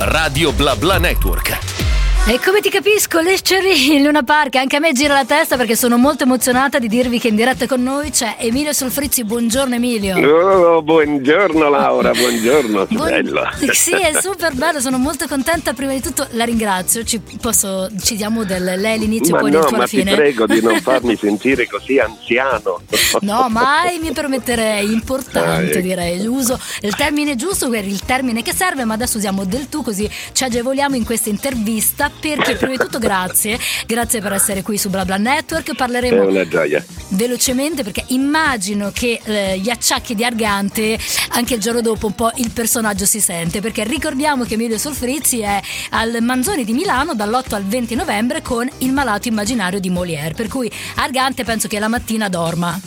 Radio BlaBla Network. E come ti capisco, Leccery in Luna Park, anche a me gira la testa perché sono molto emozionata di dirvi che in diretta con noi c'è Emilio Solfrizzi. Buongiorno Emilio. Oh, buongiorno Laura, buongiorno, bello. Sì, è super bello, sono molto contenta. Prima di tutto la ringrazio, ci diamo lei l'inizio ma poi no, tu alla ma fine. ti prego di non farmi sentire così anziano. No, mai mi permetterei, importante direi, l'uso il termine giusto, il termine che serve, ma adesso usiamo del tu così ci agevoliamo in questa intervista. Perché prima di tutto grazie per essere qui su BlaBla Network. Parleremo è una gioia. Velocemente perché immagino che gli acciacchi di Argante anche il giorno dopo un po' il personaggio si sente, perché ricordiamo che Emilio Solfrizzi è al Manzoni di Milano dall'8 al 20 novembre con Il malato immaginario di Molière, per cui Argante penso che la mattina dorma.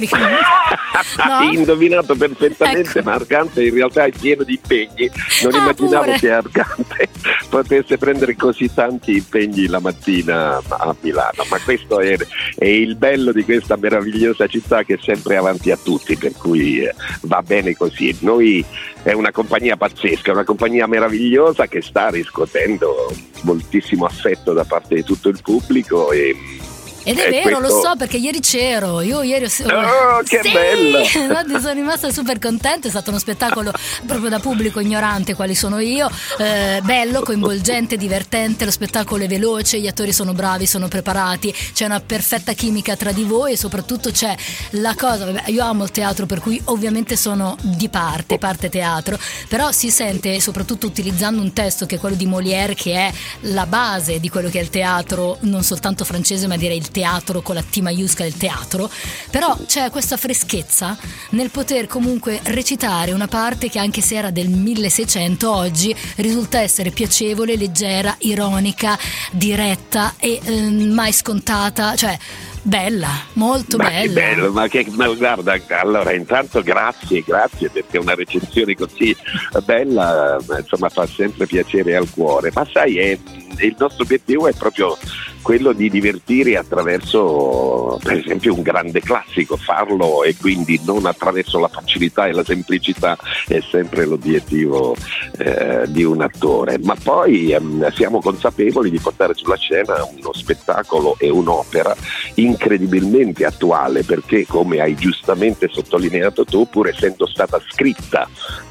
No? Indovinato perfettamente, ecco. Ma Argante in realtà è pieno di impegni. Non immaginavo pure. che Argante potesse prendere così tanti impegni la mattina a Milano, ma questo è il bello di questa meravigliosa città, che è sempre avanti a tutti, per cui va bene così. Noi è una compagnia pazzesca, una compagnia meravigliosa che sta riscuotendo moltissimo affetto da parte di tutto il pubblico ed è vero, lo so perché ieri c'ero. Io ieri oh, che sì! bello! Sono rimasta super contenta. È stato uno spettacolo proprio da pubblico ignorante quali sono io, bello, coinvolgente, divertente. Lo spettacolo è veloce, gli attori sono bravi, sono preparati, c'è una perfetta chimica tra di voi e soprattutto c'è la cosa, io amo il teatro, per cui ovviamente sono di parte teatro, però si sente, soprattutto utilizzando un testo che è quello di Molière, che è la base di quello che è il teatro, non soltanto francese ma direi il teatro con la T maiuscola, il teatro, però c'è questa freschezza nel poter comunque recitare una parte che, anche se era del 1600, oggi risulta essere piacevole, leggera, ironica, diretta e mai scontata, cioè bella, molto bella. Che bello, ma guarda, allora intanto grazie perché una recensione così bella insomma fa sempre piacere al cuore, ma sai, il nostro obiettivo è proprio quello di divertire attraverso, per esempio, un grande classico, farlo, e quindi non attraverso la facilità e la semplicità è sempre l'obiettivo di un attore, ma poi siamo consapevoli di portare sulla scena uno spettacolo e un'opera incredibilmente attuale, perché, come hai giustamente sottolineato tu, pur essendo stata scritta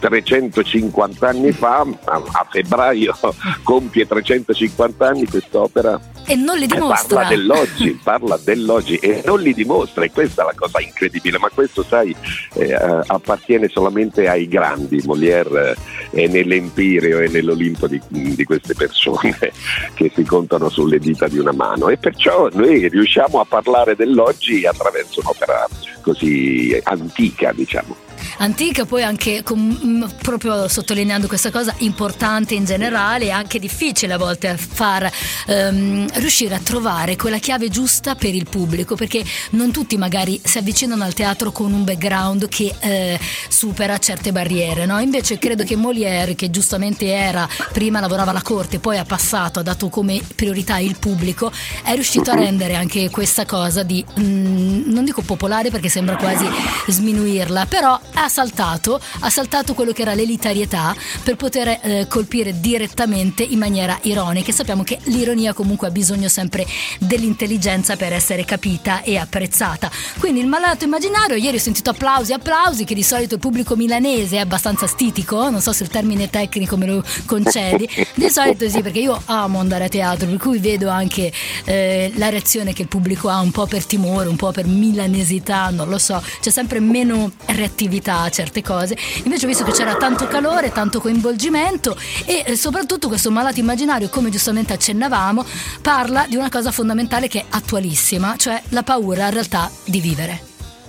350 anni fa, a febbraio compie 350 anni quest'opera. E non li dimostra. Parla dell'oggi e non li dimostra, e questa è la cosa incredibile, ma questo, sai, appartiene solamente ai grandi. Molière è nell'Empireo e nell'Olimpo di queste persone che si contano sulle dita di una mano, e perciò noi riusciamo a parlare dell'oggi attraverso un'opera così antica, diciamo. Antica, poi anche proprio sottolineando questa cosa importante in generale, è anche difficile a volte far riuscire a trovare quella chiave giusta per il pubblico, perché non tutti magari si avvicinano al teatro con un background che supera certe barriere, no? Invece credo che Molière, che giustamente prima lavorava alla corte, poi ha dato come priorità il pubblico, è riuscito a rendere anche questa cosa di non dico popolare perché sembra quasi sminuirla, però ha saltato quello che era l'elitarietà per poter colpire direttamente in maniera ironica, e sappiamo che l'ironia comunque ha bisogno sempre dell'intelligenza per essere capita e apprezzata. Quindi Il malato immaginario, ieri ho sentito applausi, che di solito il pubblico milanese è abbastanza stitico, non so se il termine tecnico me lo concedi, di solito sì, perché io amo andare a teatro, per cui vedo anche la reazione che il pubblico ha, un po' per timore, un po' per milanesità, non lo so, c'è sempre meno reattività a certe cose. Invece ho visto che c'era tanto calore, tanto coinvolgimento, e soprattutto questo malato immaginario, come giustamente accennavamo, parla di una cosa fondamentale che è attualissima, cioè la paura in realtà di vivere.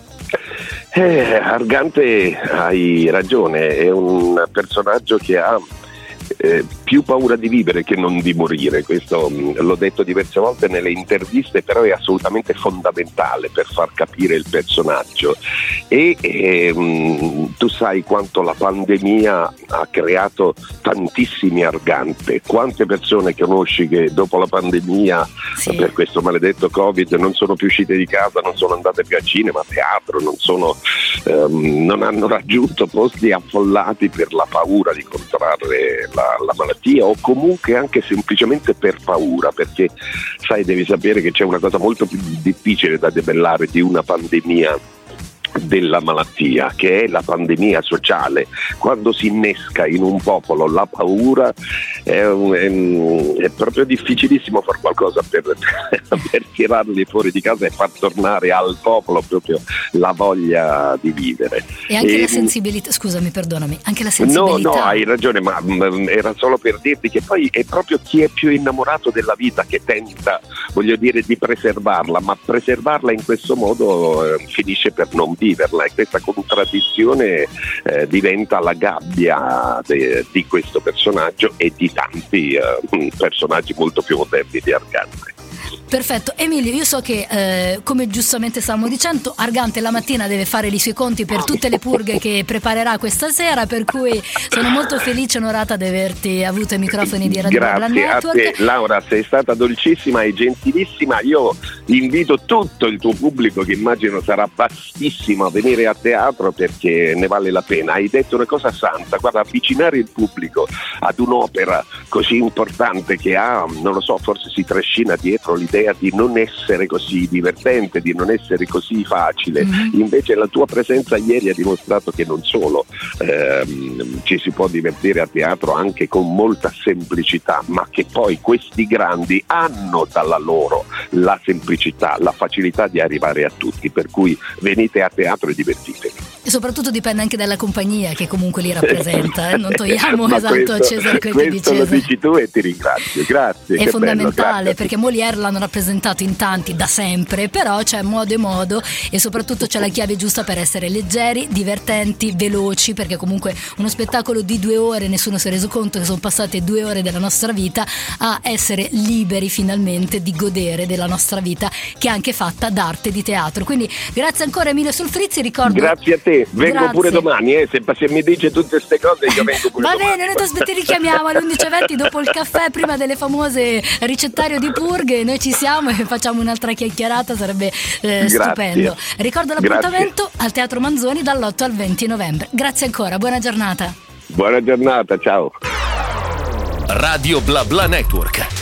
Argante, hai ragione, è un personaggio che ha più paura di vivere che non di morire. Questo l'ho detto diverse volte nelle interviste, però è assolutamente fondamentale per far capire il personaggio. E tu sai quanto la pandemia ha creato tantissimi Argante, quante persone conosci che dopo la pandemia, sì, per questo maledetto Covid, non sono più uscite di casa, non sono andate più a cinema, a teatro, non hanno raggiunto posti affollati per la paura di contrarre la malattia, o comunque anche semplicemente per paura, perché sai, devi sapere che c'è una cosa molto più difficile da debellare di una pandemia della malattia, che è la pandemia sociale. Quando si innesca in un popolo la paura è proprio difficilissimo fare qualcosa per tirarli fuori di casa e far tornare al popolo proprio la voglia di vivere. E anche la sensibilità, scusami, perdonami, anche la sensibilità. No, hai ragione, ma era solo per dirti che poi è proprio chi è più innamorato della vita che tenta, voglio dire, di preservarla, ma preservarla in questo modo finisce per non viverla, e questa contraddizione diventa la gabbia di questo personaggio e di tanti personaggi molto più moderni di Argante. Perfetto, Emilio, io so che come giustamente stavamo dicendo, Argante la mattina deve fare i suoi conti per tutte le purghe che preparerà questa sera, per cui sono molto felice e onorata di averti avuto ai microfoni di Radio Bla Bla Network. Grazie a te, Laura, sei stata dolcissima e gentilissima. Io invito tutto il tuo pubblico, che immagino sarà vastissimo, a venire a teatro, perché ne vale la pena. Hai detto una cosa santa, guarda, avvicinare il pubblico ad un'opera così importante che ha, non lo so, forse si trascina dietro l'idea di non essere così divertente, di non essere così facile. Invece la tua presenza ieri ha dimostrato che non solo ci si può divertire a teatro anche con molta semplicità, ma che poi questi grandi hanno dalla loro la semplicità, la facilità di arrivare a tutti, per cui venite a teatro e divertitevi. E soprattutto dipende anche dalla compagnia che comunque li rappresenta, non togliamo esatto a Cesare quel che di Cesare. Questo lo dici tu e ti ringrazio, grazie. È fondamentale, bello, perché Molière l'hanno rappresentato in tanti da sempre, però c'è modo e modo, e soprattutto c'è la chiave giusta per essere leggeri, divertenti, veloci, perché comunque uno spettacolo di 2 ore, nessuno si è reso conto che sono passate 2 ore della nostra vita, a essere liberi finalmente di godere della nostra vita, che è anche fatta d'arte, di teatro. Quindi grazie ancora Emilio Solfrizzi, ricordo. Grazie a te. Vengo Grazie. pure domani, se mi dice tutte queste cose io vengo pure domani. Va bene, noi ti richiamiamo alle 11:20 dopo il caffè, prima delle famose ricettario di purghe, noi ci siamo e facciamo un'altra chiacchierata, sarebbe stupendo. Ricordo l'appuntamento al Teatro Manzoni dall'8 al 20 novembre. Grazie ancora, buona giornata. Buona giornata, ciao. Radio Bla Bla Network.